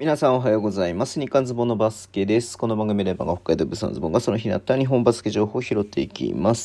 皆さんおはようございます。日刊ズボンのバスケです。この番組では北海道ブサのズボンがその日にあった日本バスケ情報を拾っていきます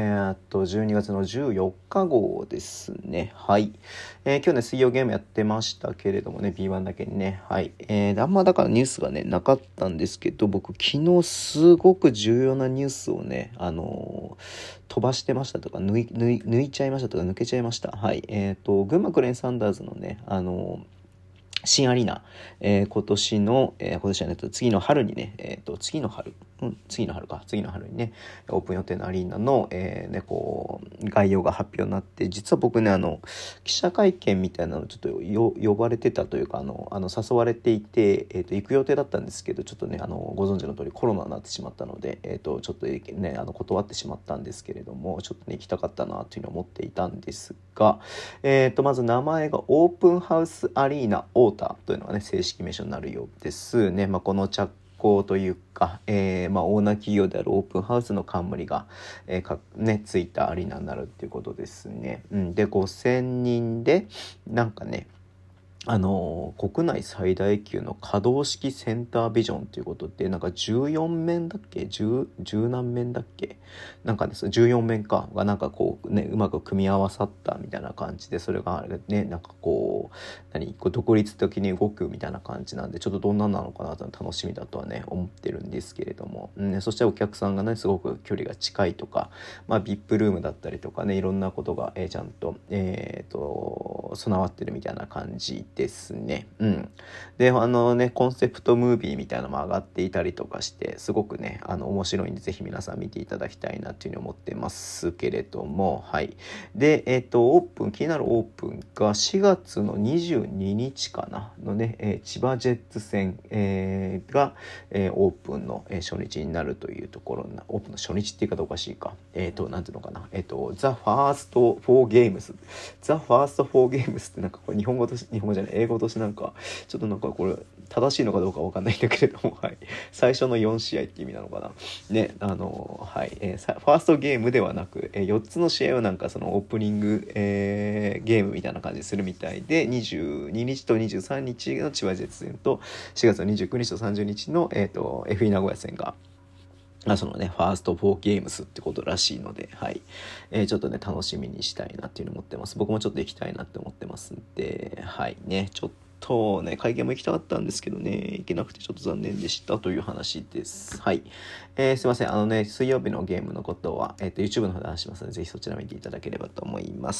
。12月の14日号ですね。はい。今日ね、水曜ゲームやってましたけれどもね、B1 だけにね。はい。あんまだからニュースがね、なかったんですけど、僕昨日すごく重要なニュースをね、飛ばしてましたとか、抜いちゃいましたとか、抜けちゃいました。はい。群馬クレーンサンダーズのね、新アリーナ、今年じゃないと次の春にね、次の春にね、オープン予定のアリーナの、概要が発表になって、実は僕ね、記者会見みたいなのちょっと呼ばれてたというか、誘われていて、行く予定だったんですけど、ちょっとね、ご存知の通りコロナになってしまったので、ちょっとね、断ってしまったんですけれども、ちょっとね、行きたかったなというのを思っていたんですが、まず名前がオープンハウスアリーナオータというのがね、正式名称になるようですね。この着工というか、オーナー企業であるオープンハウスの冠が、ついたアリーナになるっていうことですね。で、5000人で、なんかね、国内最大級の可動式センタービジョンということで、なんか14面だっけ10何面だっけなんかですね、14面かがなんかこうね、うまく組み合わさったみたいな感じで、それがね、なんかこう独立的に動くみたいな感じなんで、ちょっとどんななのかなと楽しみだとはね、思ってるんですけれども、そしてお客さんがね、すごく距離が近いとか、VIP ルームだったりとかね、いろんなことが、ちゃんと、備わってるみたいな感じですね。で、コンセプトムービーみたいなのも上がっていたりとかして、すごくね、面白いんで、ぜひ皆さん見ていただきたいなというふうに思ってますけれども、はい。で、気になるオープンが4月の22日かなのね、千葉ジェッツ戦、が、オープンの初日になるというところオープンの初日っていう言い方おかしいか。なんていうのかな。ザ・ファースト・フォー・ゲームス。ザ・ファースト・フォー・ゲームスってなんかこれ日本語じゃない、英語としてなんか、ちょっとなんかこれ正しいのかどうかわかんないんだけれども、はい。最初の4試合って意味なのかな。ね、はい。ファーストゲームではなく、4つの試合をなんかそのオープニング、ゲームみたいな感じでするみたいで、22日と23日の千葉ジェッツ戦と、4月の29日と30日の、FE 名古屋戦が、そのね、ファースト4ゲームスってことらしいので、はい。ちょっとね、楽しみにしたいなっていうのを思ってます。僕もちょっと行きたいなって思ってますんで、はいね、ちょっとね、会見も行きたかったんですけどね、行けなくてちょっと残念でしたという話です。はい。すいません。水曜日のゲームのことは、YouTube の方で話しますので、ぜひそちら見ていただければと思います。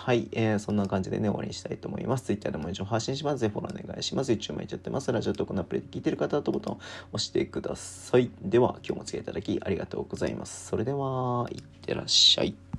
はい。そんな感じでね、終わりにしたいと思います。Twitter でも情報発信します。ぜひフォローお願いします。YouTube もやっちゃってます。ラジオトークのアプリで聞いてる方はボタンを押してください。では、今日もお付き合いいただきありがとうございます。それでは、いってらっしゃい。